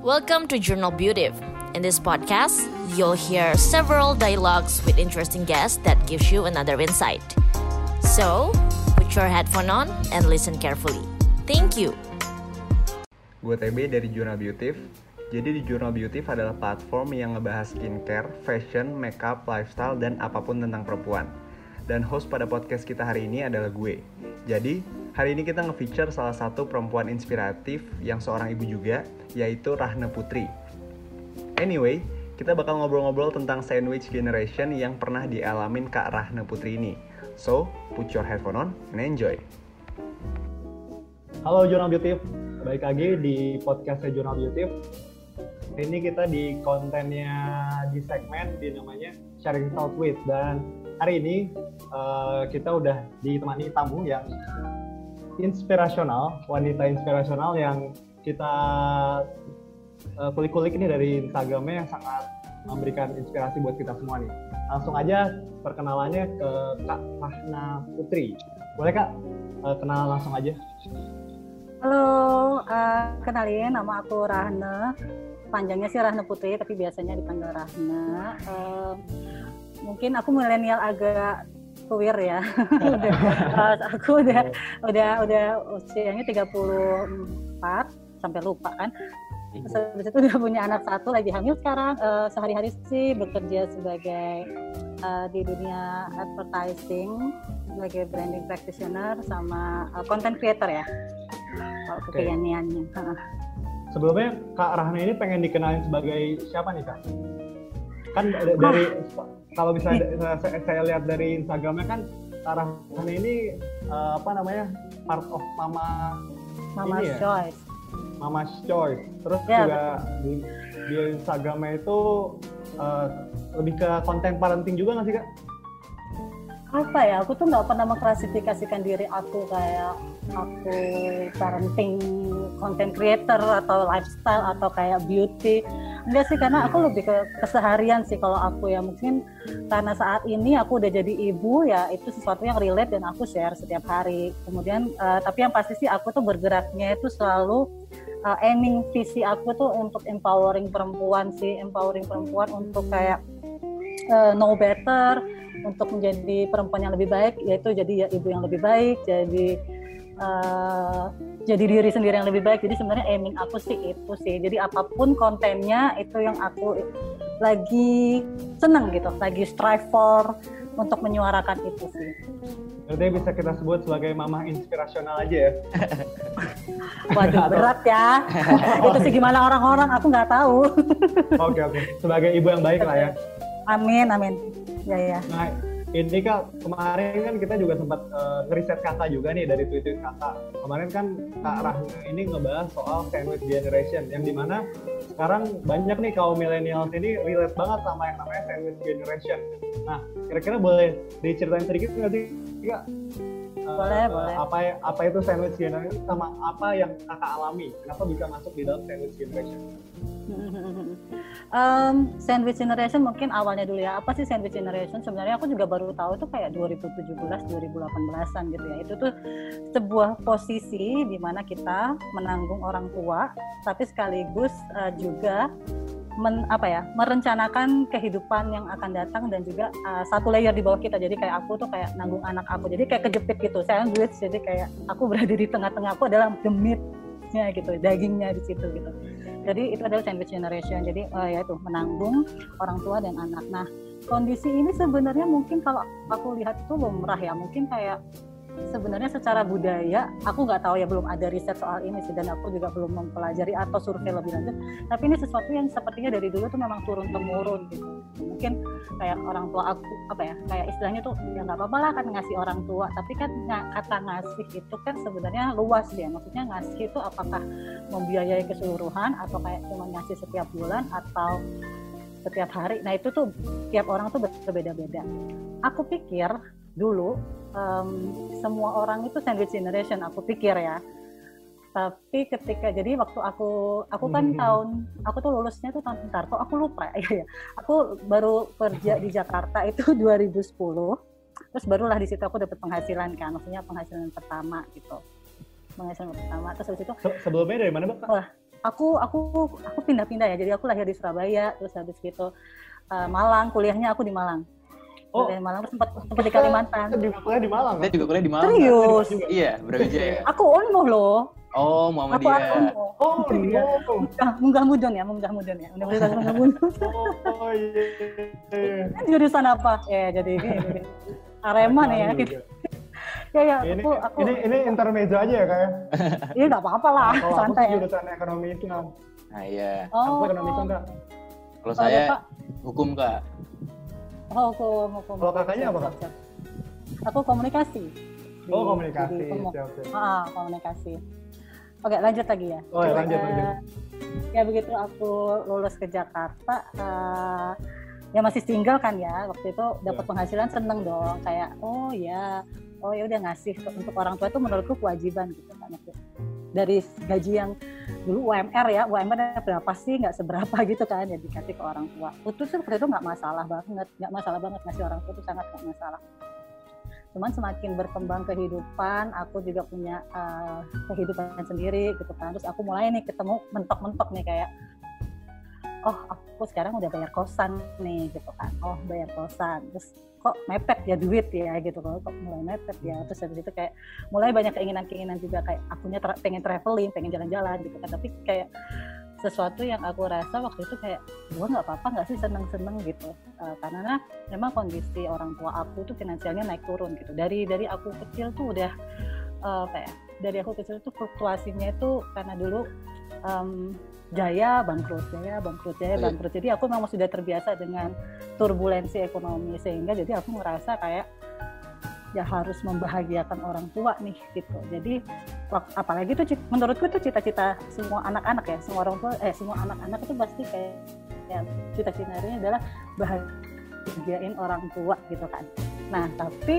Welcome to Journal Beauty. In this podcast, you'll hear several dialogues with interesting guests that gives you another insight. So, put your headphone on and listen carefully. Thank you. Gue TB dari Journal Beauty. Jadi di Journal Beauty adalah platform yang ngebahas skincare, fashion, makeup, lifestyle, dan apapun tentang perempuan. Dan host pada podcast kita hari ini adalah gue. Jadi, hari ini kita nge-feature salah satu perempuan inspiratif yang seorang ibu juga, yaitu Rahna Putri. Anyway, kita bakal ngobrol-ngobrol tentang sandwich generation yang pernah dialamin Kak Rahna Putri ini. So, put your headphone on and enjoy. Halo Journal Beauty, balik lagi di podcastnya Journal Beauty. Ini kita di kontennya di segmen namanya Sharing Thought With, dan hari ini kita udah ditemani tamu yang inspirasional, wanita inspirasional yang kita kulik-kulik ini dari Instagramnya yang sangat memberikan inspirasi buat kita semua nih. Langsung aja perkenalannya ke Kak Rahna Putri. Boleh Kak, kenalan langsung aja. Halo, kenalin nama aku Rahna. Panjangnya sih Rahna Putri, tapi biasanya dipanggil Rahna. Mungkin aku milenial agak queer ya. Aku udah usianya 34, sampai lupa kan. Terus itu udah punya anak satu, lagi hamil sekarang. Sehari-hari sih bekerja sebagai di dunia advertising, sebagai branding practitioner sama content creator ya. Kalau kekiniannya. Sebelumnya Kak Rahna ini pengen dikenalin sebagai siapa nih Kak? Kan dari kalau bisa saya lihat dari Instagramnya kan Kak Rahna ini part of Mama's ya? Choice. Mama's Choice. Terus ya, juga di Instagramnya itu lebih ke konten parenting juga nggak sih Kak? Apa ya, aku tuh nggak pernah mengklasifikasikan diri aku kayak aku parenting, content creator atau lifestyle atau kayak beauty. Enggak sih, karena aku lebih ke keseharian sih kalau aku ya. Mungkin karena saat ini aku udah jadi ibu ya, itu sesuatu yang relate dan aku share setiap hari. Kemudian tapi yang pasti sih aku tuh bergeraknya itu selalu aiming visi aku tuh untuk empowering perempuan sih, empowering perempuan untuk kayak know better, untuk menjadi perempuan yang lebih baik, yaitu jadi ya ibu yang lebih baik, jadi diri sendiri yang lebih baik. Jadi sebenarnya aiming aku sih itu sih. Jadi apapun kontennya itu yang aku lagi seneng gitu, lagi strive for untuk menyuarakan itu sih. Berarti bisa kita sebut sebagai mama inspirasional aja ya? Waduh, berat ya. Itu sih gimana orang-orang, aku nggak tahu. Oke. Sebagai ibu yang baik lah ya. Amin. Ya. Nah, ini Kak, kemarin kan kita juga sempat ngeriset kakak juga nih dari tweet kakak. Kemarin kan Kak Rahna ini ngebahas soal sandwich generation, yang dimana sekarang banyak nih kaum millennials ini relate banget sama yang namanya sandwich generation. Nah, kira-kira boleh diceritain sedikit nggak sih Kak? Boleh. Apa itu sandwich generation sama apa yang kakak alami? Kenapa bisa masuk di dalam sandwich generation? Sandwich generation mungkin awalnya dulu ya. Apa sih sandwich generation? Sebenarnya aku juga baru tahu itu kayak 2017-2018an gitu ya. Itu tuh sebuah posisi di mana kita menanggung orang tua, tapi sekaligus juga merencanakan kehidupan yang akan datang, dan juga satu layer di bawah kita. Jadi kayak aku tuh kayak nanggung anak aku. Jadi kayak kejepit gitu. Sandwich. Jadi kayak aku berada di tengah-tengah, aku adalah demitnya gitu, dagingnya di situ gitu. Jadi itu adalah sandwich generation. Jadi yaitu menanggung orang tua dan anak. Nah, kondisi ini sebenarnya mungkin kalau aku lihat itu lumrah ya. Mungkin kayak sebenarnya secara budaya, aku nggak tahu ya, belum ada riset soal ini sih, dan aku juga belum mempelajari atau survei lebih lanjut. Tapi ini sesuatu yang sepertinya dari dulu tuh memang turun temurun gitu. Mungkin kayak orang tua aku kayak istilahnya tuh ya nggak apa-apa lah kan ngasih orang tua. Tapi kan kata ngasih itu kan sebenarnya luas ya. Maksudnya ngasih itu apakah membiayai keseluruhan atau kayak cuma ngasih setiap bulan atau setiap hari. Nah itu tuh tiap orang tuh berbeda-beda. Aku pikir dulu semua orang itu sandwich generation, aku pikir ya. Tapi jadi waktu aku kan aku tuh lulusnya tuh tahun bentar, kok aku lupa ya. Aku baru kerja di Jakarta itu 2010. Terus barulah di situ aku dapat penghasilan kan, maksudnya penghasilan pertama gitu. Terus habis itu sebelumnya dari mana, Mbak? aku pindah-pindah ya. Jadi aku lahir di Surabaya, terus habis gitu Malang, kuliahnya aku di Malang. Kuliah di Malang, sempat di Kalimantan. Kita juga kuliah di Malang. Kita juga kuliah di Malang. Serius? Iya, Brawijaya. Aku Unmuh loh. Oh, Muhammadiyah. Oh, iya. Munggah mudun ya. Universitas Munggah Mudun. Oh iya. Jurusan apa? Ya jadi Arema nih ya. Gitu. Ya, aku ini intermezzo aja ya kayak. Iya nggak apa-apa lah, Kalau santai. aku jurusan ekonomi Islam. Nah, iya. Aku ekonomi Islam Kak. Kalau saya Kak? hukum, Kak. Oh, hukum. Kalau kakaknya apa, Kak? Aku komunikasi. Komunikasi. Siap. Siap. Komunikasi. Oke, lanjut lagi ya. Oh, ya, lanjut. Ya begitu aku lulus ke Jakarta, ya masih single kan ya. Waktu itu dapat penghasilan, seneng dong. Kayak oh ya udah ngasih untuk orang tua itu menurutku kewajiban gitu kan. Dari gaji yang dulu UMR ya, UMR berapa sih, nggak seberapa gitu kan, ya dikasih ke orang tua. Itu seperti itu nggak masalah banget ngasih orang tua itu, sangat nggak masalah. Cuman semakin berkembang kehidupan, aku juga punya kehidupan sendiri gitu kan. Terus aku mulai nih ketemu mentok-mentok nih kayak, oh aku sekarang udah bayar kosan nih gitu kan. Oh bayar kosan, terus kok mepet ya duit ya gitu, kok mulai mepet ya. Terus habis itu kayak mulai banyak keinginan juga, kayak akunya pengen traveling, pengen jalan-jalan gitu kan. Tapi kayak sesuatu yang aku rasa waktu itu kayak gue nggak apa-apa nggak sih seneng-seneng gitu, karena memang kondisi orang tua aku tuh finansialnya naik turun gitu. Dari aku kecil tuh udah dari aku kecil tuh fluktuasinya itu karena dulu jaya bangkrut. Jadi aku memang sudah terbiasa dengan turbulensi ekonomi, sehingga jadi aku merasa kayak ya harus membahagiakan orang tua nih gitu. Jadi apalagi itu menurutku itu cita-cita semua anak-anak ya, semua orang tua semua anak-anak itu pasti kayak ya, cita-citanya adalah bahagiain orang tua gitu kan. Nah tapi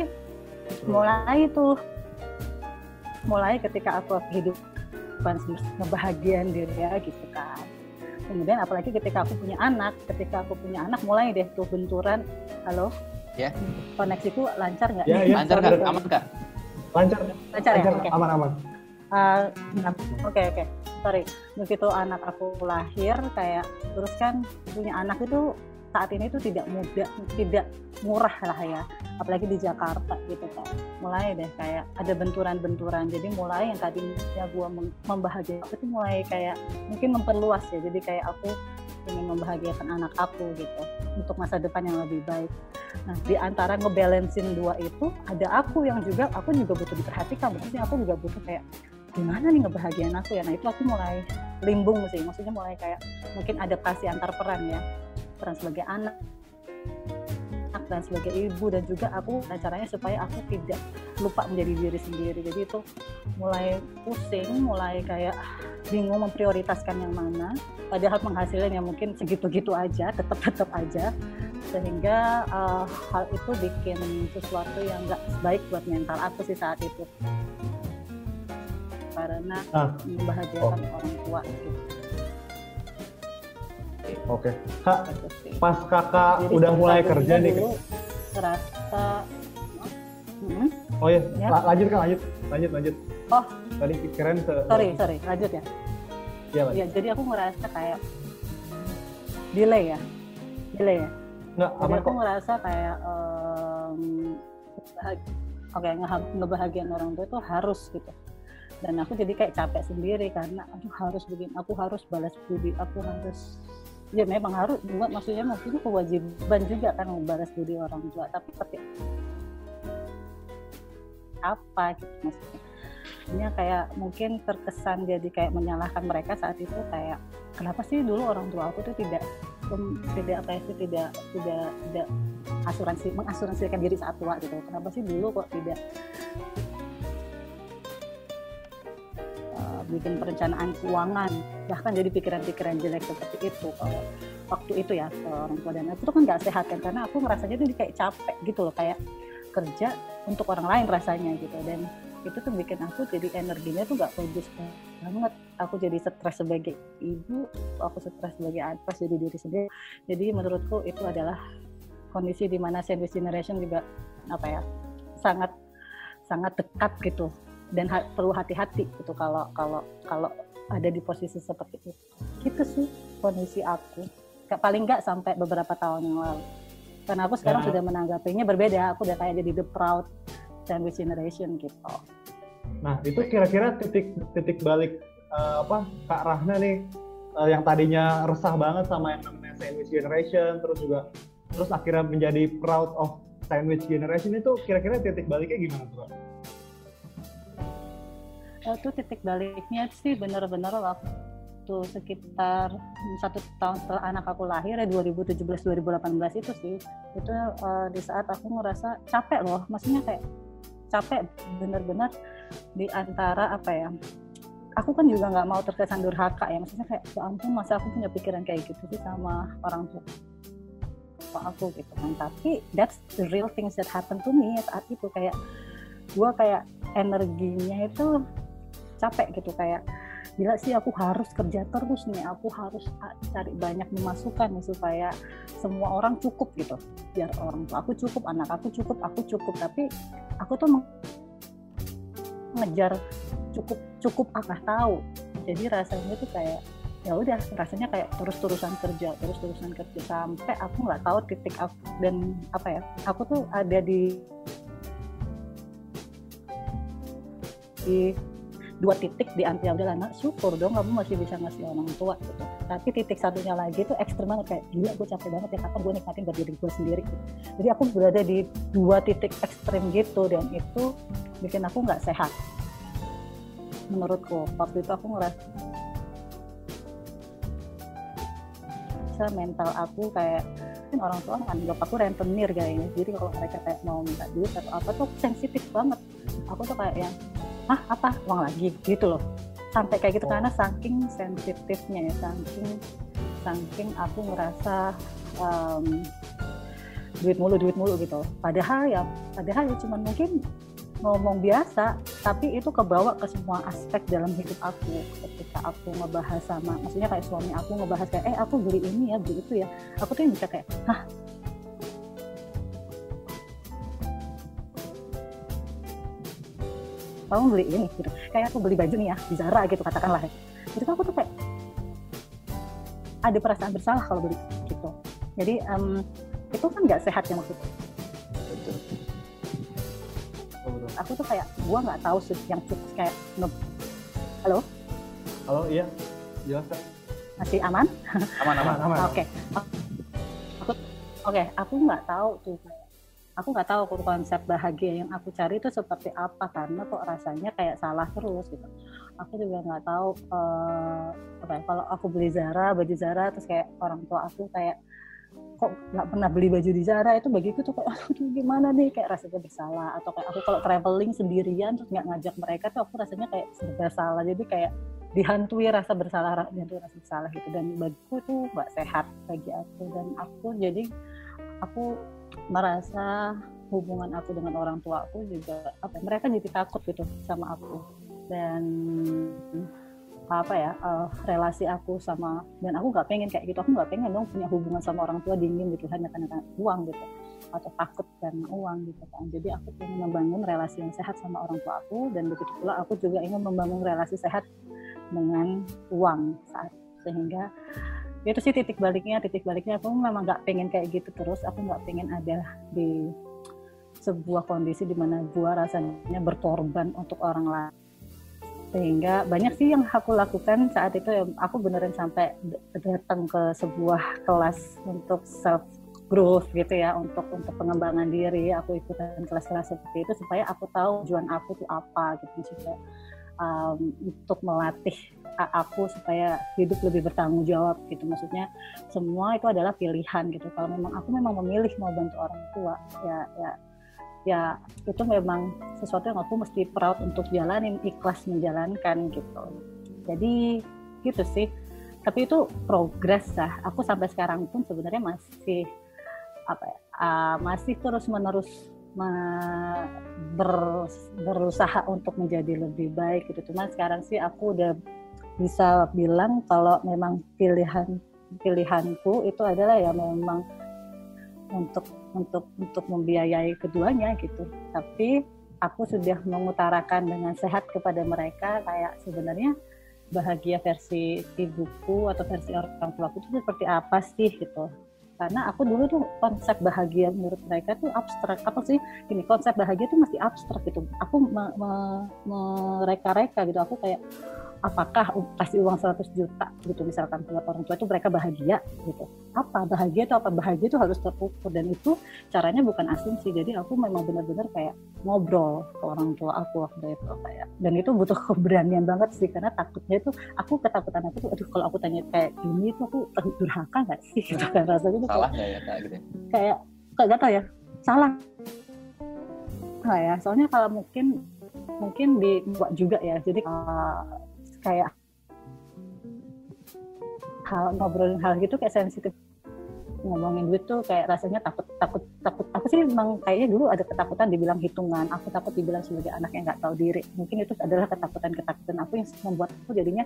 mulai ketika aku hidup ngebahagiain diri ya gitu kan. Kemudian apalagi ketika aku punya anak mulai deh tuh benturan. Halo? Ya. Koneksiku lancar nggak? Ya, lancar Kak, aman Kak? Lancar ya? Okay. Aman. Oke. Sorry. Begitu anak aku lahir kayak terus kan punya anak itu saat ini tuh tidak mudah, tidak murah lah ya. Apalagi di Jakarta gitu kan. Mulai deh kayak ada benturan-benturan. Jadi mulai yang tadinya gua membahagiakan itu mulai kayak mungkin memperluas ya. Jadi kayak aku ingin membahagiakan anak aku gitu untuk masa depan yang lebih baik. Nah, di antara ngebalancein dua itu ada aku juga butuh diperhatikan. Maksudnya aku juga butuh kayak gimana nih ngebahagiain aku ya. Nah, itu aku mulai limbung sih. Maksudnya mulai kayak mungkin adaptasi antar peran ya. Peran sebagai anak dan sebagai ibu, dan juga aku caranya supaya aku tidak lupa menjadi diri sendiri. Jadi itu mulai pusing, mulai kayak bingung memprioritaskan yang mana, padahal penghasilan yang mungkin segitu-gitu aja, tetap aja, sehingga hal itu bikin sesuatu yang nggak baik buat mental aku sih saat itu, karena membahagiakan orang tua gitu. Oke. Kak, pas kakak jadi udah mulai kerja nih, terasa oh iya, ya. Lanjut. Oh, tadi keren sorry, lanjut ya. Iya, jadi aku ngerasa kayak delay ya. Nggak, aman aku ngerasa kayak ngebahagiain orang tua itu harus gitu. Dan aku jadi kayak capek sendiri karena harus begini, aku harus balas budi, aku harus ya memang harus buat, maksudnya kewajiban juga kan membalas budi orang tua, tapi seperti apa gitu maksudnya. Ini kayak mungkin terkesan jadi kayak menyalahkan mereka saat itu, kayak kenapa sih dulu orang tua aku tuh tidak mengasuransikan diri saat tua gitu. Kenapa sih dulu kok tidak bikin perencanaan keuangan, bahkan jadi pikiran-pikiran jelek seperti itu kalau waktu itu ya ke orang tua. Dan aku tuh kan nggak sehat kan, karena aku ngerasanya tuh kayak capek gitu loh, kayak kerja untuk orang lain rasanya gitu. Dan itu tuh bikin aku jadi energinya tuh nggak fokus banget. Aku jadi stres sebagai ibu, aku stres sebagai anak, jadi diri sendiri. Jadi menurutku itu adalah kondisi di mana sandwich generation juga sangat dekat gitu. Dan perlu hati-hati gitu kalau ada di posisi seperti itu. Gitu sih kondisi aku. Paling nggak sampai beberapa tahun yang lalu. Karena aku sekarang sudah menanggapinya berbeda. Aku udah kayak jadi the proud sandwich generation gitu. Nah, itu kira-kira titik balik Kak Rahna nih yang tadinya resah banget sama yang namanya sandwich generation, terus akhirnya menjadi proud of sandwich generation, itu kira-kira titik baliknya gimana tuh, Kak? Itu titik baliknya sih benar-benar waktu sekitar 1 tahun setelah anak aku lahir ya 2017-2018 itu sih. Itu di saat aku ngerasa capek loh, maksudnya kayak capek benar-benar di antara apa ya, aku kan juga nggak mau terkesan durhaka ya, maksudnya kayak ya ampun masa aku punya pikiran kayak gitu sih sama orang tua aku gitu kan. Tapi that's the real things that happen to me saat itu, kayak gue kayak energinya itu capek gitu, kayak gila sih aku harus kerja terus nih, aku harus cari banyak pemasukan nih supaya semua orang cukup gitu, biar orang tua aku cukup, anak aku cukup, tapi aku tuh ngejar cukup nggak tahu. Jadi rasanya tuh kayak ya udah, rasanya kayak terus-terusan kerja sampai aku nggak tahu titik aku, dan apa ya, aku tuh ada di 2 titik di ya udah lah, syukur dong kamu masih bisa ngasih orang tua gitu. Tapi titik satunya lagi tuh ekstrem banget, kayak gila gue capek banget ya, kapan gue nikmatin buat diri gue sendiri gitu. Jadi aku berada di 2 titik ekstrem gitu, dan itu bikin aku nggak sehat menurutku. Waktu itu aku ngerasa mental aku kayak, kan orang tua kan anggap aku rentenir kayaknya, jadi kalau mereka kayak mau minta duit atau apa tuh sensitif banget. Aku tuh kayak yang apa uang lagi gitu loh, sampai kayak gitu karena saking sensitifnya ya, saking aku ngerasa duit mulu gitu. Padahal ya cuman mungkin ngomong biasa, tapi itu kebawa ke semua aspek dalam hidup aku. Ketika aku ngebahas sama, maksudnya kayak suami aku ngebahas kayak aku beli ini ya, beli itu ya, aku tuh yang bisa kayak kamu beli ini gitu, kayak aku beli baju nih ya di Zara gitu katakanlah, itu aku tuh kayak ada perasaan bersalah kalau beli gitu. Jadi itu kan nggak sehat ya maksudnya. Betul. Aku tuh kayak gua nggak tahu yang cukup kayak halo iya jelas kan? Masih aman? Aman. Oke, aku nggak tahu tuh. Aku nggak tahu konsep bahagia yang aku cari itu seperti apa, karena kok rasanya kayak salah terus gitu. Aku juga nggak tahu kalau aku beli baju Zara terus kayak orang tua aku kayak kok nggak pernah beli baju di Zara, itu bagiku tuh kayak aduh gimana nih, kayak rasanya bersalah. Atau kayak aku kalau traveling sendirian terus nggak ngajak mereka tuh aku rasanya kayak bersalah, jadi kayak dihantui rasa bersalah gitu. Dan bagiku tuh nggak sehat bagi aku, dan aku merasa hubungan aku dengan orang tua aku juga mereka jadi takut gitu sama aku, dan relasi aku sama, dan aku nggak pengen kayak gitu. Aku nggak pengen dong punya hubungan sama orang tua dingin gitu hanya karena uang gitu, atau takut karena uang gitu kan. Jadi aku pengen membangun relasi yang sehat sama orang tua aku, dan begitu pula aku juga ingin membangun relasi sehat dengan uang sehingga itu sih titik baliknya aku memang nggak pengen kayak gitu terus. Aku nggak pengen ada di sebuah kondisi di mana gue rasanya berkorban untuk orang lain, sehingga banyak sih yang aku lakukan saat itu ya. Aku beneran sampai datang ke sebuah kelas untuk self growth gitu ya, untuk pengembangan diri. Aku ikutan kelas-kelas seperti itu supaya aku tahu tujuan aku tuh apa gitu, supaya untuk melatih aku supaya hidup lebih bertanggung jawab gitu. Maksudnya semua itu adalah pilihan gitu. Kalau memang aku memilih mau bantu orang tua, ya itu memang sesuatu yang aku mesti proud untuk jalanin, ikhlas menjalankan gitu. Jadi gitu sih. Tapi itu progres lah. Aku sampai sekarang pun sebenarnya masih masih terus-menerus berusaha untuk menjadi lebih baik gitu. Cuma sekarang sih aku udah bisa bilang kalau memang pilihanku itu adalah ya memang untuk membiayai keduanya gitu. Tapi aku sudah mengutarakan dengan sehat kepada mereka, kayak sebenarnya bahagia versi ibuku atau versi orang tuaku itu seperti apa sih gitu. Karena aku dulu tuh konsep bahagia menurut mereka tuh abstrak. Apa sih gini, konsep bahagia tuh masih abstrak gitu. Aku mereka-reka gitu. Aku kayak apakah kasih uang 100 juta gitu misalkan buat orang tua itu mereka bahagia gitu. Apa bahagia itu apa? Bahagia itu harus terukur, dan itu caranya bukan asumsi. Jadi aku memang benar-benar kayak ngobrol ke orang tua aku waktu itu kayak, dan itu butuh keberanian banget sih, karena takutnya itu ketakutan aku tuh aduh kalau aku tanya kayak gini itu aku durhaka nggak sih gitu kan, rasanya tuh Salah nggak ya Kak gitu? kayak nggak tahu ya, salah nggak ya, soalnya kalau mungkin dibuat juga ya, jadi kayak ngobrolin hal gitu kayak sensitif, ngomongin duit tuh kayak rasanya takut. Aku sih memang kayaknya dulu ada ketakutan dibilang hitungan, aku takut dibilang sebagai anak yang nggak tahu diri. Mungkin itu adalah ketakutan aku yang membuat aku jadinya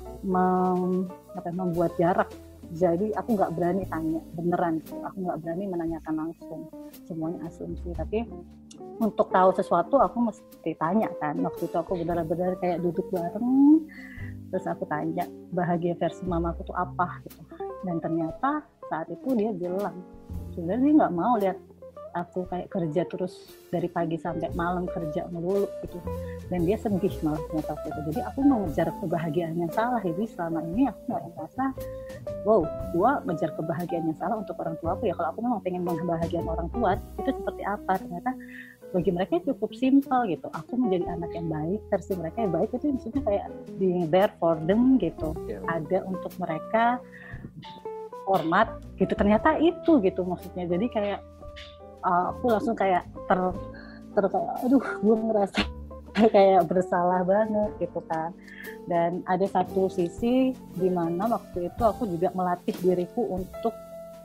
membuat jarak. Jadi aku nggak berani tanya beneran gitu. Aku nggak berani menanyakan langsung, semuanya asumsi. Tapi untuk tahu sesuatu aku mesti tanya kan. Waktu itu aku benar-benar kayak duduk bareng, terus aku tanya bahagia versi mamaku tuh apa gitu. Dan ternyata saat itu dia bilang sebenarnya dia nggak mau lihat aku kayak kerja terus dari pagi sampai malam kerja melulu gitu, dan dia sedih malah ternyata waktu itu. Jadi aku mengejar kebahagiaan yang salah. Jadi selama ini aku nggak merasa gua ngejar kebahagiaan yang salah untuk orang tua aku ya. Kalau aku memang pengen membahagiakan orang tua itu seperti apa, ternyata bagi mereka cukup simpel gitu. Aku menjadi anak yang baik, versi mereka yang baik itu maksudnya kayak being there for them gitu, ada untuk mereka, hormat gitu. Ternyata itu gitu maksudnya. Jadi kayak aku langsung kayak kayak aduh, gue ngerasa kayak bersalah banget gitu kan. Dan ada satu sisi di mana waktu itu aku juga melatih diriku untuk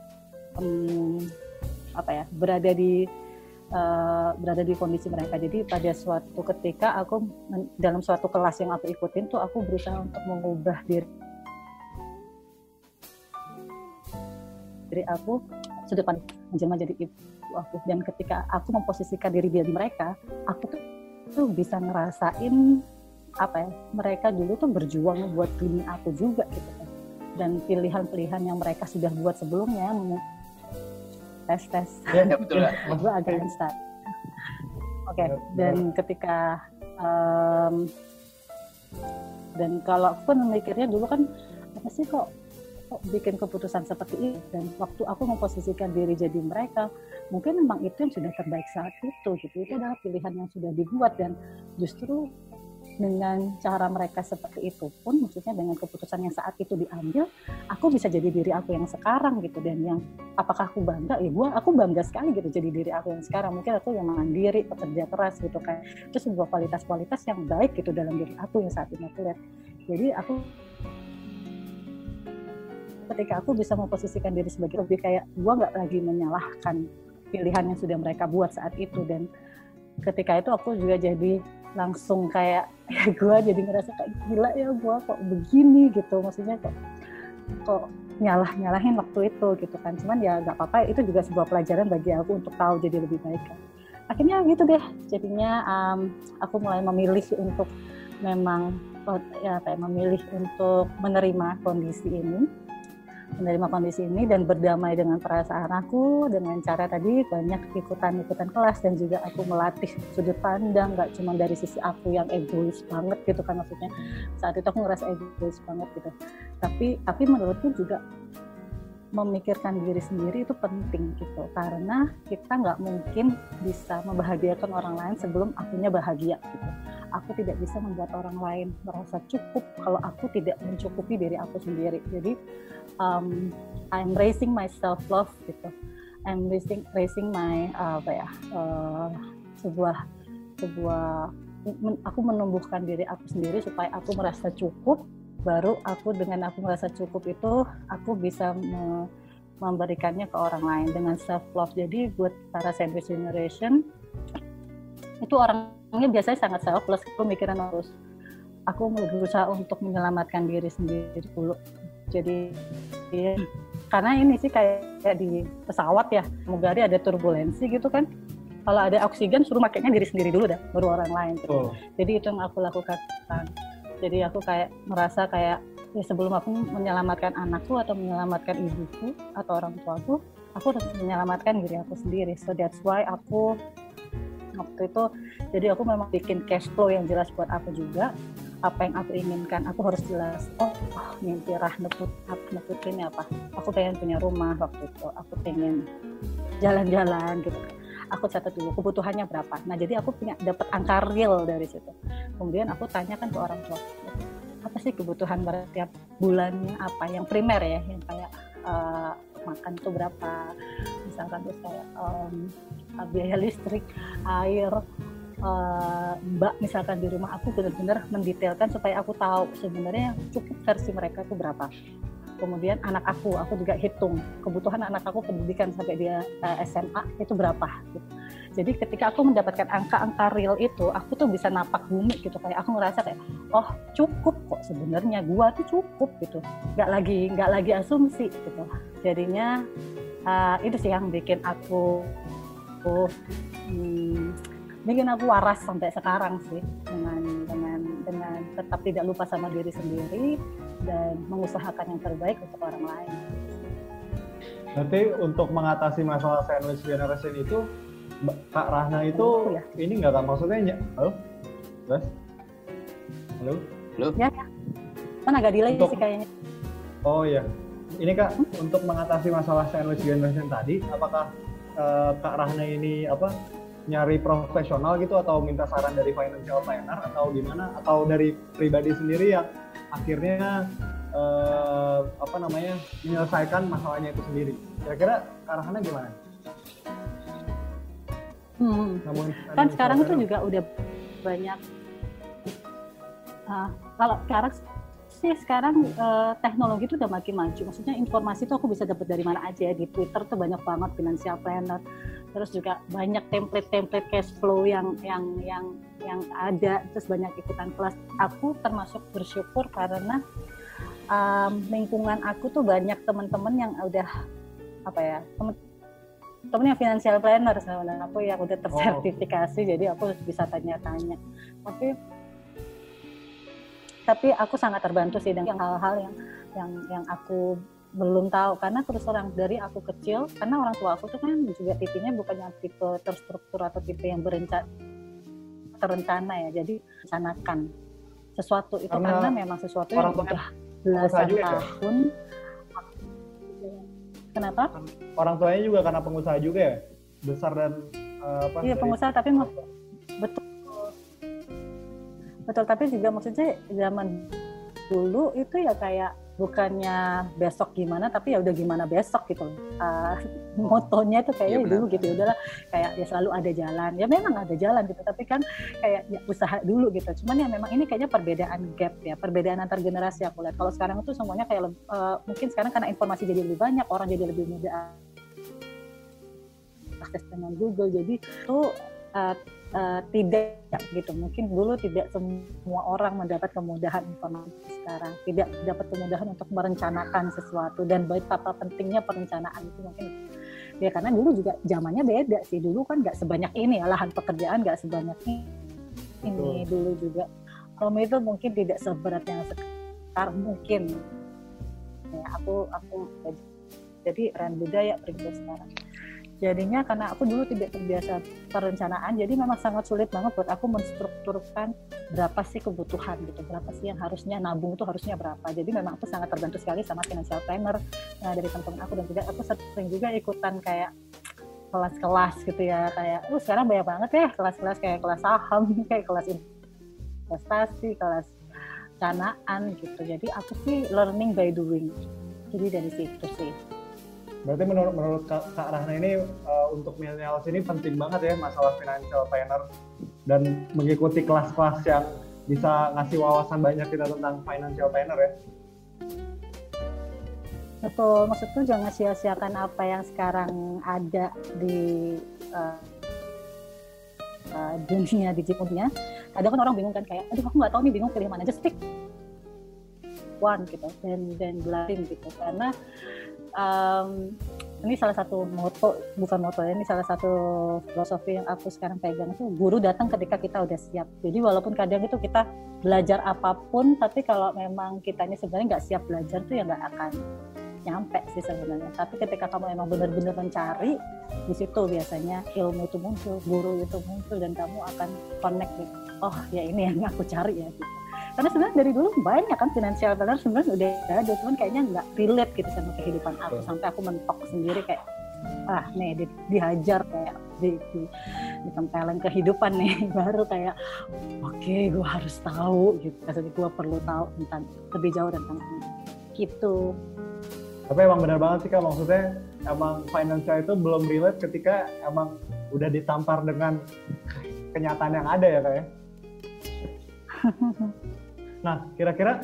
berada di kondisi mereka. Jadi pada suatu ketika aku dalam suatu kelas yang aku ikutin tuh aku berusaha untuk mengubah diri aku sudut pandang menjelma jadi ibu aku. Dan ketika aku memposisikan diri di mereka, aku tuh bisa ngerasain mereka dulu tuh berjuang buat diri aku juga gitu kan. Dan pilihan-pilihan yang mereka sudah buat sebelumnya tes ya, betul lah. gue agak instan. Oke. Dan ketika dan kalau aku kan mikirnya dulu kan apa sih kok bikin keputusan seperti ini, dan waktu aku memposisikan diri jadi mereka, mungkin memang itu yang sudah terbaik saat itu gitu. Itu adalah pilihan yang sudah dibuat, dan justru dengan cara mereka seperti itu pun, maksudnya dengan keputusan yang saat itu diambil, aku bisa jadi diri aku yang sekarang gitu. Dan yang apakah aku bangga? Ya aku bangga sekali gitu jadi diri aku yang sekarang. Mungkin aku yang mandiri, pekerja keras gitu kan. Itu sebuah kualitas-kualitas yang baik gitu dalam diri aku yang saat ini aku lihat. Jadi aku ketika aku bisa memposisikan diri sebagai lebih kayak gue nggak lagi menyalahkan pilihan yang sudah mereka buat saat itu. Dan ketika itu aku juga jadi langsung kayak gue jadi ngerasa kayak gila ya, gue kok begini gitu, maksudnya kok nyalahin waktu itu gitu kan. Cuman ya nggak apa-apa, itu juga sebuah pelajaran bagi aku untuk tahu jadi lebih baik kan. Akhirnya gitu deh, jadinya aku mulai memilih untuk memang memilih untuk menerima kondisi ini dan berdamai dengan perasaan aku dengan cara tadi banyak ikutan kelas, dan juga aku melatih sudut pandang nggak cuma dari sisi aku yang egois banget gitu kan. Maksudnya saat itu aku ngerasa egois banget gitu, tapi menurutku juga memikirkan diri sendiri itu penting gitu, karena kita nggak mungkin bisa membahagiakan orang lain sebelum akunya bahagia gitu. Aku tidak bisa membuat orang lain merasa cukup kalau aku tidak mencukupi diri aku sendiri. Jadi I'm raising my self love gitu. I'm raising my aku menumbuhkan diri aku sendiri supaya aku merasa cukup. Baru dengan aku merasa cukup itu aku bisa memberikannya ke orang lain dengan self love. Jadi buat para sandwich generation itu orangnya biasanya sangat selfless. Aku mikirin terus, aku berusaha untuk menyelamatkan diri sendiri dulu. Jadi karena ini sih kayak di pesawat ya, mugari ada turbulensi gitu kan. Kalau ada oksigen suruh makainya diri sendiri dulu dah, baru orang lain gitu. Jadi itu yang aku lakukan. Jadi aku kayak merasa kayak ya sebelum aku menyelamatkan anakku atau menyelamatkan ibuku atau orang tuaku, aku harus menyelamatkan diri aku sendiri. So that's why aku waktu itu, jadi aku memang bikin cash flow yang jelas buat aku juga. Apa yang aku inginkan, aku harus jelas. Mimpi Rahna Putri ini apa? Aku pengen punya rumah waktu itu. Aku pengen jalan-jalan gitu. Aku catat dulu kebutuhannya berapa. Nah jadi aku dapat angka real dari situ. Kemudian aku tanyakan ke orang tua, apa sih kebutuhan setiap bulannya apa? Yang primer ya, yang kayak makan tuh berapa, misalkan terus kayak biaya listrik, air, mbak misalkan di rumah. Aku benar-benar mendetailkan supaya aku tahu sebenarnya cukup versi mereka itu berapa. Kemudian anak aku juga hitung kebutuhan anak aku pendidikan sampai dia SMA itu berapa gitu. Jadi ketika aku mendapatkan angka-angka real itu, aku tuh bisa napak bumi gitu, kayak aku ngerasa kayak cukup kok sebenarnya, gua tuh cukup gitu, nggak lagi asumsi gitu. Jadinya itu sih yang bikin aku waras sampai sekarang sih, dengan tetap tidak lupa sama diri sendiri dan mengusahakan yang terbaik untuk orang lain. Berarti untuk mengatasi masalah sandwich generation itu, Kak Rahna itu ini nggak kan, maksudnya halo? Bas? Halo? Ya. Kan agak delay sih kayaknya. Oh iya. Ini Kak, untuk mengatasi masalah sandwich generation tadi, apakah Kak Rahna ini nyari profesional gitu atau minta saran dari financial planner atau gimana, atau dari pribadi sendiri yang akhirnya menyelesaikan masalahnya itu sendiri? Kira-kira Kak Rahna gimana? Kan sekarang itu juga udah banyak kalau sekarang teknologi itu udah makin maju. Maksudnya informasi itu aku bisa dapat dari mana aja. Di Twitter tuh banyak banget financial planner. Terus juga banyak template cash flow yang ada. Terus banyak ikutan kelas. Aku termasuk bersyukur karena lingkungan aku tuh banyak teman-teman yang udah teman yang financial planner sama aku yang udah tersertifikasi. Jadi aku bisa tanya-tanya. Tapi aku sangat terbantu sih dengan hal-hal yang aku belum tahu, karena terus terang dari aku kecil, karena orang tua aku tuh kan juga tipenya bukan yang tipe terstruktur atau tipe yang terencana ya, jadi rencanakan sesuatu itu karena memang sesuatu yang udah belasan tahun. Kenapa? Orang tuanya juga karena pengusaha juga ya, besar dan iya pengusaha, tapi betul, tapi juga maksudnya zaman dulu itu ya kayak bukannya besok gimana, tapi ya udah gimana besok gitu. Motonya itu kayaknya dulu gitu, udahlah kayak ya selalu ada jalan. Ya memang ada jalan gitu, tapi kan kayak ya usaha dulu gitu. Cuman ya memang ini kayaknya perbedaan gap ya, perbedaan antar generasi aku lihat. Kalau sekarang itu semuanya kayak mungkin sekarang karena informasi jadi lebih banyak, orang jadi lebih mudah akses dengan Google, jadi itu tidak gitu. Mungkin dulu tidak semua orang mendapat kemudahan informasi sekarang, tidak dapat kemudahan untuk merencanakan sesuatu, dan betapa pentingnya perencanaan itu mungkin ya karena dulu juga zamannya beda sih. Dulu kan nggak sebanyak ini ya, lahan pekerjaan nggak sebanyak ini. Dulu juga itu mungkin tidak seberat yang sekarang mungkin ya. Aku jadi brand budaya peringkat sekarang. Jadinya karena aku dulu tidak terbiasa perencanaan, jadi memang sangat sulit banget buat aku menstrukturkan berapa sih kebutuhan gitu, berapa sih yang harusnya nabung itu harusnya berapa. Jadi memang aku sangat terbantu sekali sama financial planner dari teman-teman aku, dan juga aku sering juga ikutan kayak kelas-kelas gitu ya, kayak sekarang banyak banget ya kelas-kelas kayak kelas saham, kayak kelas investasi, kelas canaan gitu. Jadi aku sih learning by doing. Jadi dari situ sih. Berarti menurut Kak Rahna ini untuk millennials ini penting banget ya masalah financial planner, dan mengikuti kelas-kelas yang bisa ngasih wawasan banyak kita tentang financial planner ya. Betul, maksudku jangan sia-siakan apa yang sekarang ada di dunia digitalnya. Kadang kan orang bingung kan kayak, aduh aku nggak tahu nih, bingung pilih mana, just pick one gitu dan belajar gitu, karena ini salah satu bukan moto ya, ini salah satu filosofi yang aku sekarang pegang itu, guru datang ketika kita udah siap. Jadi walaupun kadang itu kita belajar apapun, tapi kalau memang kitanya sebenarnya nggak siap belajar tuh ya nggak akan nyampe sih sebenarnya. Tapi ketika kamu emang benar-benar mencari, di situ biasanya ilmu itu muncul, guru itu muncul, dan kamu akan connect gitu. Oh ya ini yang aku cari ya gitu. Karena sebenarnya dari dulu banyak kan financial planner sebenarnya udah ada, cuman kayaknya nggak relate gitu sama kehidupan aku, sampai aku mentok sendiri kayak nih dihajar kayak ditempelin kehidupan nih baru kayak oke, gue harus tahu gitu, maksudnya gue perlu tahu tentang lebih jauh tentang ini gitu. Tapi emang benar banget sih Kak, maksudnya emang financial itu belum relate ketika emang udah ditampar dengan kenyataan yang ada ya Kak ya. Nah, kira-kira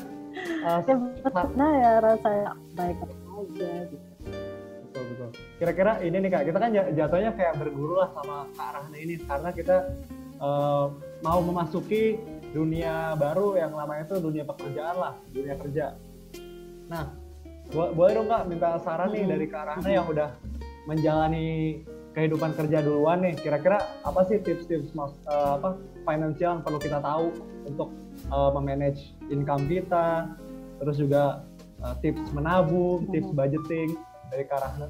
ya rasanya baik aja gitu. Betul. Kira-kira ini nih Kak, kita kan jatuhnya kayak berguru lah sama Kak Rahna ini, karena kita mau memasuki dunia baru yang namanya itu dunia pekerjaan lah, dunia kerja. Nah, boleh dong Kak minta saran nih dari Kak Rahna yang udah menjalani kehidupan kerja duluan nih. Kira-kira apa sih tips-tips financial yang perlu kita tahu untuk memanage income kita, terus juga tips menabung, tips budgeting dari Kak Rahna.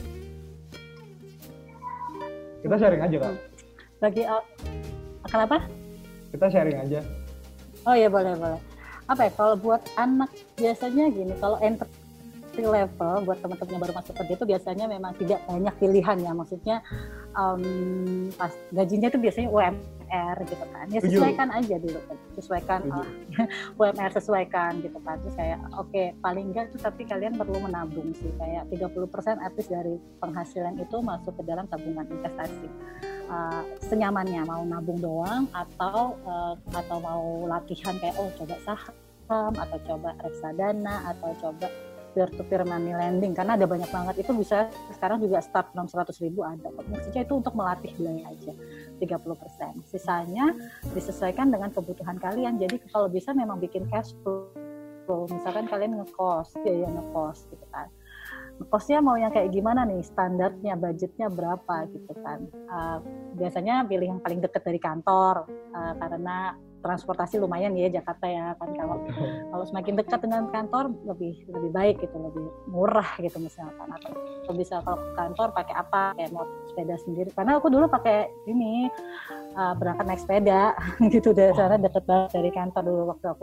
Kita sharing aja Kak. Kenapa? Kita sharing aja. Oh iya boleh. Apa ya, kalau buat anak biasanya gini, kalau entry level buat teman-teman yang baru masuk kerja itu biasanya memang tidak banyak pilihan ya, maksudnya pas gajinya itu biasanya UMR gitu kan, ya sesuaikan aja dulu kan, UMR sesuaikan gitu kan, terus kayak oke, paling enggak tuh tapi kalian perlu menabung sih, kayak 30% at least dari penghasilan itu masuk ke dalam tabungan investasi. Senyamannya mau nabung doang atau mau latihan kayak coba saham atau coba reksadana atau coba peer-to-peer money lending, karena ada banyak banget, itu bisa sekarang juga start 600.000 ada. Maksudnya itu untuk melatih belanja aja 30%. Sisanya disesuaikan dengan kebutuhan kalian. Jadi kalau bisa memang bikin cash flow. Misalkan kalian ngekos, biaya ngekos gitu kan. Ngekosnya mau yang kayak gimana nih, standarnya, budgetnya berapa gitu kan. Biasanya pilih yang paling dekat dari kantor, karena transportasi lumayan ya Jakarta ya kan, kalau semakin dekat dengan kantor lebih baik gitu, lebih murah gitu misalkan, atau bisa kalau ke kantor pakai apa, kayak mau sepeda sendiri, karena aku dulu pakai ini berangkat naik sepeda gitu deh, karena deket banget dari kantor dulu waktu aku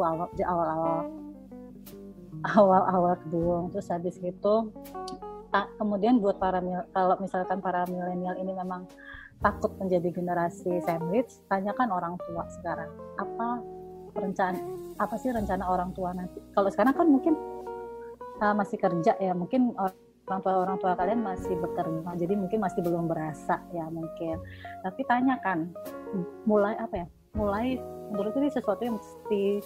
awal kedua. Terus habis itu kemudian buat kalau misalkan para milenial ini memang takut menjadi generasi sandwich, tanyakan orang tua sekarang. Apa sih rencana orang tua nanti? Kalau sekarang kan mungkin masih kerja ya, mungkin orang tua kalian masih bekerja, jadi mungkin masih belum berasa ya mungkin. Tapi tanyakan, mulai menurutku ini sesuatu yang mesti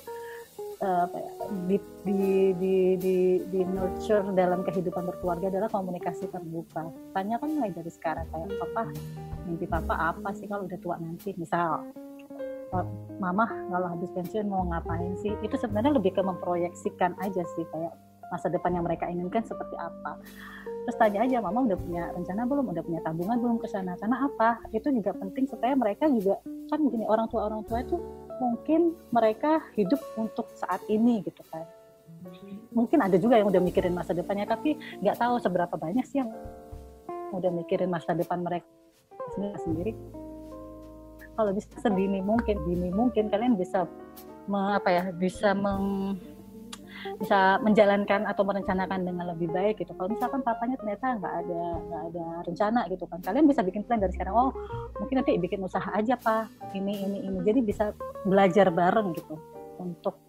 di nurture dalam kehidupan berkeluarga adalah komunikasi terbuka. Tanyakan mulai dari sekarang, kayak mimpi papa apa sih kalau udah tua nanti, misal mama kalau habis pensiun mau ngapain sih, itu sebenarnya lebih ke memproyeksikan aja sih, kayak masa depan yang mereka inginkan seperti apa. Terus tanya aja, mama udah punya rencana belum, udah punya tabungan belum ke sana, karena apa, itu juga penting supaya mereka juga kan gini, orang tua itu mungkin mereka hidup untuk saat ini gitu kan. Mungkin ada juga yang udah mikirin masa depannya, tapi nggak tahu seberapa banyak sih yang udah mikirin masa depan mereka sendiri. Kalau bisa sedini mungkin kalian bisa bisa menjalankan atau merencanakan dengan lebih baik gitu. Kalau misalkan papanya ternyata nggak ada rencana gitu kan, kalian bisa bikin plan dari sekarang. Mungkin nanti bikin usaha aja Pak, ini. Jadi bisa belajar bareng gitu untuk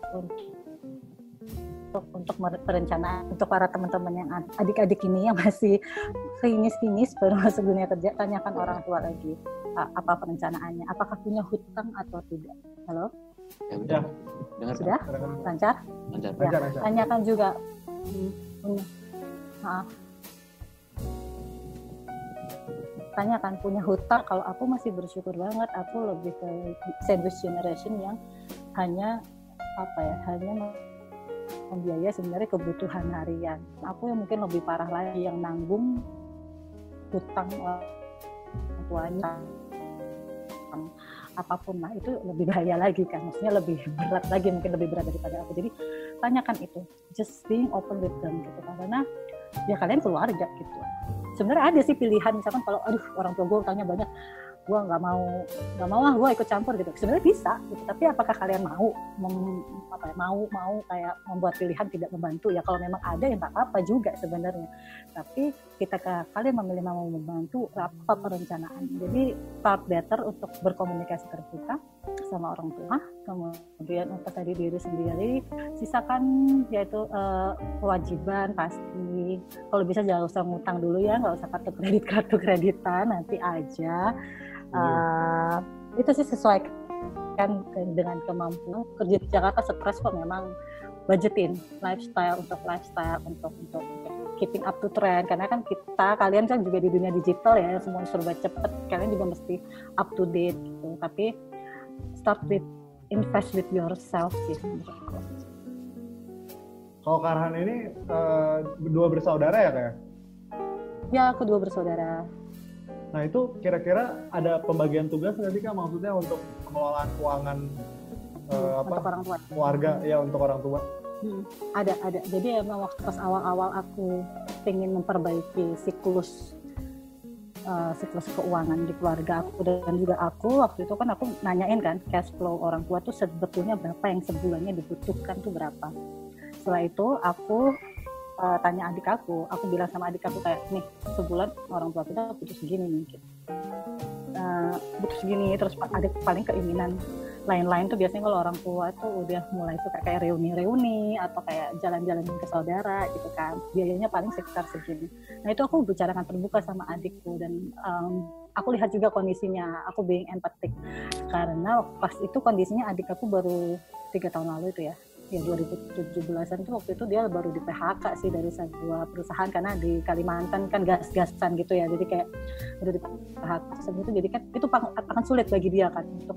perencanaan. Untuk para teman-teman yang adik-adik ini yang masih kinyis baru masuk dunia kerja, tanyakan orang tua lagi apa perencanaannya, apakah punya hutang atau tidak. Halo? Ya. Sudah? Lancar. Tanyakan juga tanyakan punya hutang. Kalau aku masih bersyukur banget, aku lebih ke sandwich generation yang hanya biaya sebenarnya kebutuhan harian. Aku yang mungkin lebih parah lagi yang nanggung hutang orang tuanya apapun lah, itu lebih bahaya lagi kan, maksudnya lebih berat lagi, mungkin lebih berat daripada aku. Jadi tanyakan itu, just being open with them gitu, karena ya kalian keluarga gitu. Sebenarnya ada sih pilihan, misalkan kalau aduh orang tua gue tanya banyak, gue nggak mau lah gue ikut campur gitu, sebenarnya bisa gitu. Tapi apakah kalian mau kayak membuat pilihan tidak membantu? Ya kalau memang ada ya nggak apa-apa juga sebenarnya, tapi kalian memilih mau membantu, apa perencanaan. Jadi start better untuk berkomunikasi terbuka sama orang tua, kemudian untuk tadi diri sendiri, sisakan yaitu kewajiban pasti. Kalau bisa jangan usah ngutang dulu ya, nggak usah kartu kreditan, nanti aja. Itu sih sesuaikan dengan kemampuan. Kerja di Jakarta stres kok, memang budgetin lifestyle untuk keeping up to trend, karena kan kalian kan juga di dunia digital ya, semua serba cepet, kalian juga mesti up to date gitu. Tapi start with invest with yourself sih menurutku. Kalau Karhan ini dua bersaudara ya kayak? Ya, aku dua bersaudara. Nah itu kira-kira ada pembagian tugas nggak sih Kak, maksudnya untuk pengelolaan keuangan untuk orang tua, keluarga ya, untuk orang tua? Ada. Jadi emang waktu pas awal-awal aku pengen memperbaiki siklus keuangan di keluarga aku, dan juga aku waktu itu kan aku nanyain kan cash flow orang tua tuh sebetulnya berapa yang sebulannya dibutuhkan tuh berapa. Setelah itu aku tanya adik aku bilang sama adik aku kayak, nih sebulan orang tua kita butuh segini mungkin, butuh segini. Terus adik paling keinginan lain-lain tuh biasanya kalau orang tua tuh udah mulai suka kayak reuni atau kayak jalan-jalan ke saudara gitu kan, biayanya paling sekitar segini. Nah itu aku bicarakan terbuka sama adikku, dan aku lihat juga kondisinya, aku being empathic, karena pas itu kondisinya adik aku baru 3 tahun lalu itu ya 2017an tuh, waktu itu dia baru di PHK sih dari sebuah perusahaan, karena di Kalimantan kan gas-gasan gitu ya, jadi kayak baru di PHK gitu. Jadi kan itu akan sulit bagi dia kan untuk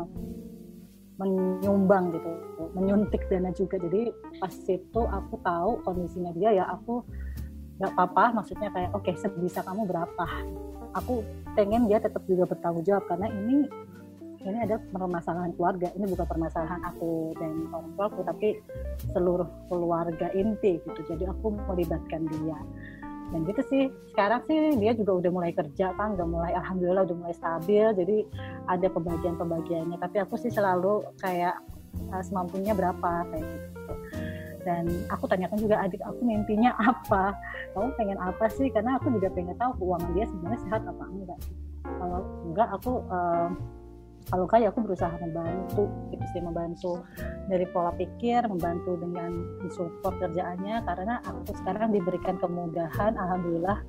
menyumbang gitu, menyuntik dana juga. Jadi pas itu aku tahu kondisinya dia, ya aku nggak apa-apa, maksudnya kayak oke, sebisa kamu berapa. Aku pengen dia tetap juga bertanggung jawab, karena ini adalah permasalahan keluarga, ini bukan permasalahan aku dan orang tuaku, tapi seluruh keluarga inti gitu. Jadi aku melibatkan dia, dan gitu sih. Sekarang sih dia juga udah mulai kerja kan, alhamdulillah udah mulai stabil, jadi ada pembagiannya. Tapi aku sih selalu kayak semampunya berapa kayak gitu. Dan aku tanyakan juga adik aku mimpinya apa, kamu pengen apa sih, karena aku juga pengen tahu keuangan dia sebenarnya sehat apa enggak. Kalau enggak, kalau kayak aku berusaha membantu dari pola pikir, membantu dengan support kerjaannya, karena aku sekarang diberikan kemudahan, alhamdulillah,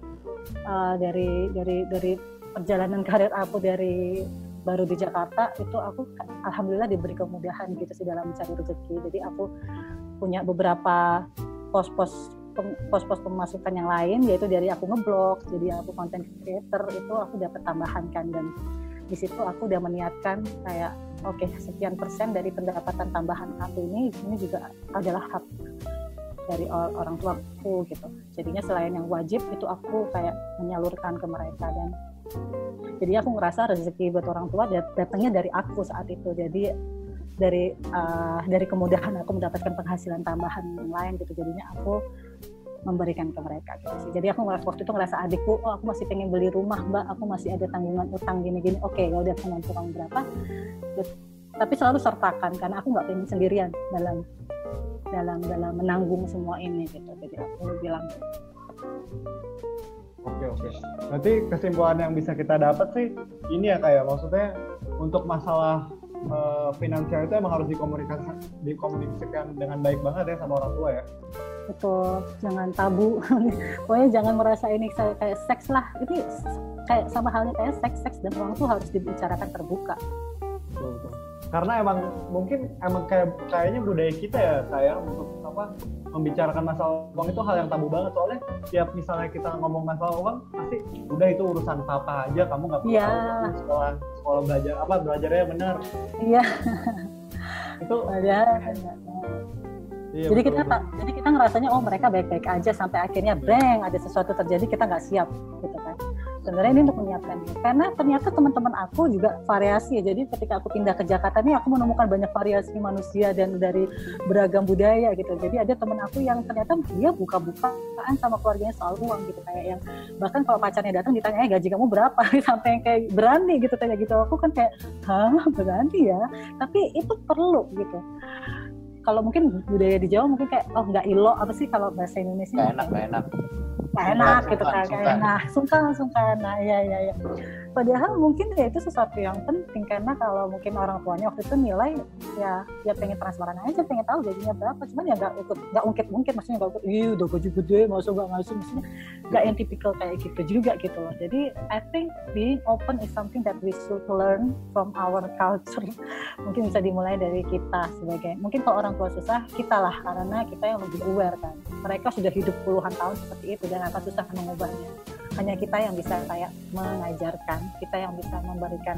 dari perjalanan karir aku dari baru di Jakarta itu, aku alhamdulillah diberi kemudahan gitu sih dalam mencari rezeki. Jadi aku punya beberapa pos-pos pemasukan yang lain, yaitu dari aku ngeblog, jadi aku content creator, itu aku dapat tambahan kan. Dan di situ aku udah meniatkan kayak oke, sekian persen dari pendapatan tambahan aku ini juga adalah hak dari orang tuaku gitu. Jadinya selain yang wajib itu aku kayak menyalurkan ke mereka, dan jadi aku ngerasa rezeki buat orang tua datangnya dari aku saat itu. Jadi dari kemudahan aku mendapatkan penghasilan tambahan yang lain gitu, jadinya aku memberikan ke mereka gitu sih. Jadi aku waktu itu ngerasa adikku, aku masih pengen beli rumah mbak, aku masih ada tanggungan utang gini-gini, oke ya udah, mampu kamu berapa, tapi selalu sertakan, karena aku nggak pengen sendirian dalam menanggung semua ini gitu. Jadi aku bilang Oke. Berarti kesimpulan yang bisa kita dapat sih ini ya, kayak maksudnya untuk masalah finansial itu emang harus dikomunikasikan dengan baik banget ya sama orang tua ya. Betul, jangan tabu. Pokoknya jangan merasa ini kayak seks lah. Ini kayak sama halnya kayak seks dan uang tuh harus dibicarakan terbuka. Betul. Karena emang kayaknya budaya kita ya, kayak untuk membicarakan masalah uang itu hal yang tabu banget. Soalnya tiap misalnya kita ngomong masalah uang, pasti udah itu urusan papa aja, kamu nggak perlu tahu sekolah belajarnya benar. Iya. Itu Iya, Jadi betul, betul. jadi kita ngerasanya oh mereka baik-baik aja sampai akhirnya breng ada sesuatu terjadi kita nggak siap gitu kan. Sebenarnya ini untuk menyiapkan diri. Karena ternyata teman-teman aku juga variasi ya. Jadi ketika aku pindah ke Jakarta nih aku menemukan banyak variasi manusia dan dari beragam budaya gitu. Jadi ada teman aku yang ternyata dia buka-bukaan sama keluarganya soal uang gitu, kayak yang bahkan kalau pacarnya datang ditanya gaji kamu berapa sampai yang kayak berani gitu kayak gitu. Aku kan kayak hah berani ya. Tapi itu perlu gitu. Kalau mungkin budaya di Jawa mungkin kayak oh nggak ilo apa sih kalau bahasa Indonesia Gak enak. nggak enak gitu kan kayak nah sungkan nah ya padahal mungkin ya itu sesuatu yang penting karena kalau mungkin orang tuanya waktu itu nilai ya pengen transparan aja, pengen tahu gajinya berapa, cuman ya nggak ungkit maksudnya nggak udah gaji gede masuk nggak ngasih, maksudnya nggak yang tipikal kayak gitu juga gitu loh. Jadi I think being open is something that we should learn from our culture. Mungkin bisa dimulai dari kita sebagai mungkin kalau orang tua susah kita lah karena kita yang lebih aware kan, mereka sudah hidup puluhan tahun seperti itu dan akan susah mengubahnya. Hanya kita yang bisa kayak mengajarkan, kita yang bisa memberikan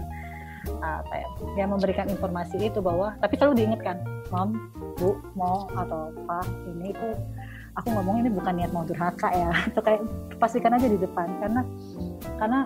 memberikan informasi itu bahwa tapi selalu diingatkan, Mom, Bu, Mo atau Pak, ini itu aku ngomong ini bukan niat mau durhaka ya. Itu kayak pastikan aja di depan karena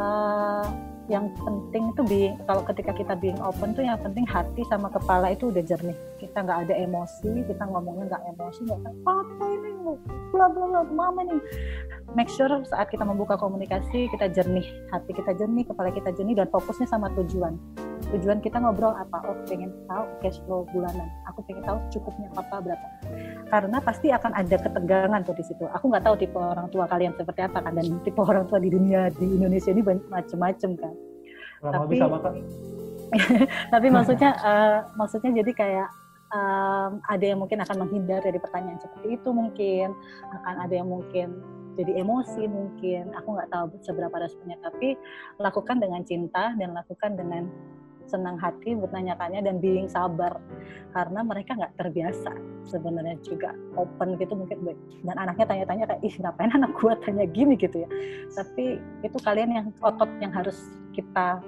yang penting itu kalau ketika kita being open tuh yang penting hati sama kepala itu udah jernih. Kita nggak ada emosi, kita ngomongnya nggak emosi, nggak apa ini, bla bla bla, mama nih. Make sure saat kita membuka komunikasi kita jernih, hati kita jernih, kepala kita jernih dan fokusnya sama tujuan. Tujuan kita ngobrol apa? Oh, pengen tahu cash flow bulanan. Aku pengen tahu cukupnya apa berapa. Karena pasti akan ada ketegangan tuh di situ. Aku nggak tahu tipe orang tua kalian seperti apa kan, dan tipe orang tua di dunia di Indonesia ini macam-macam kan. Tapi sama kan. Tapi maksudnya jadi kayak ada yang mungkin akan menghindar dari pertanyaan seperti itu, mungkin akan ada yang mungkin jadi emosi, mungkin aku nggak tahu seberapa responnya, tapi lakukan dengan cinta dan lakukan dengan senang hati bertanya-tanya dan being sabar karena mereka nggak terbiasa sebenarnya juga open gitu mungkin, dan anaknya tanya-tanya kayak ih ngapain anak gua tanya gini gitu ya, tapi itu kalian yang otot yang harus kita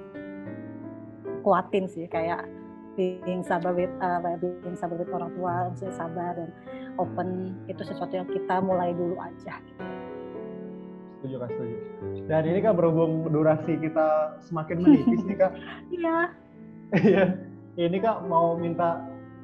kuatin sih, kayak being sabar with orang tua, maksudnya sabar dan open itu sesuatu yang kita mulai dulu aja. Setuju. Dan ini Kak berhubung durasi kita semakin menipis nih Kak. Iya. Ini Kak mau minta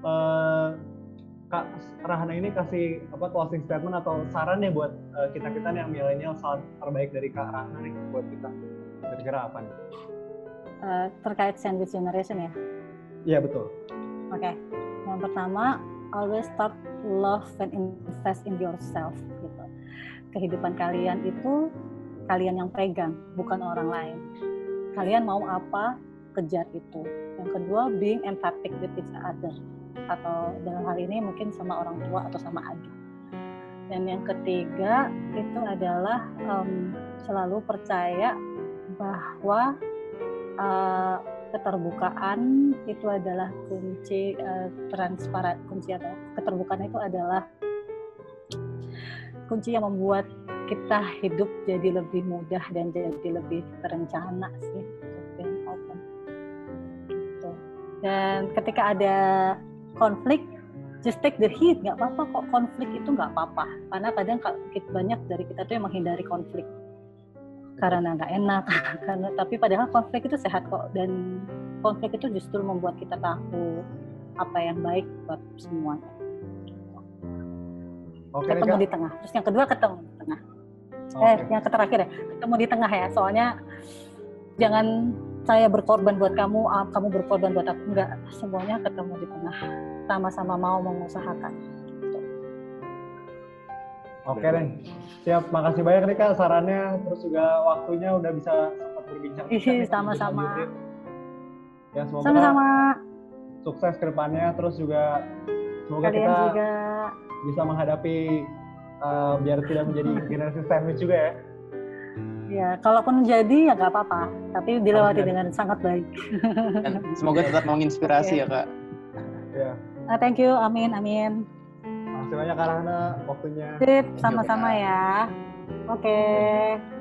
Kak Rahana ini kasih closing statement atau saran ya buat kita yang milenial, saran terbaik dari Kak Rahana nih buat kita. Kira-kira apa nih? Terkait sandwich generation ya? Iya betul. Oke. Yang pertama, always start love and invest in yourself gitu. Kehidupan kalian itu kalian yang pegang, bukan orang lain. Kalian mau apa, kejar itu. Yang kedua, being empathic with each other, atau dalam hal ini mungkin sama orang tua atau sama adik. Dan yang ketiga itu adalah selalu percaya bahwa keterbukaan itu adalah kunci keterbukaan itu adalah kunci yang membuat kita hidup jadi lebih mudah dan jadi lebih terencana sih, being open gitu. Dan ketika ada konflik, just take the heat, nggak apa-apa kok konflik itu nggak apa-apa, karena kadang banyak dari kita tuh yang menghindari konflik karena nggak enak tapi padahal konflik itu sehat kok, dan konflik itu justru membuat kita tahu apa yang baik buat semuanya. Oke, ketemu di tengah. Terus yang kedua ketemu di tengah. Yang terakhir ya, ketemu di tengah ya. Soalnya jangan saya berkorban buat kamu, kamu berkorban buat aku, enggak. Semuanya ketemu di tengah. Sama-sama mau mengusahakan. Oke deh. Siap, makasih banyak nih Kak sarannya, terus juga waktunya udah bisa sempat berbincang. Sama-sama. Ya, semoga sama-sama. Sukses ke depannya, terus juga semoga kalian kita juga bisa menghadapi biar tidak menjadi generasi sandwich juga ya. Ya, kalaupun jadi ya nggak apa-apa, tapi dilewati dengan sangat baik. Dan semoga tetap menginspirasi ya Kak. Ya. Thank you, amin. Makasih banyak Kak Rahana waktunya. Sip, sama-sama ya. Oke.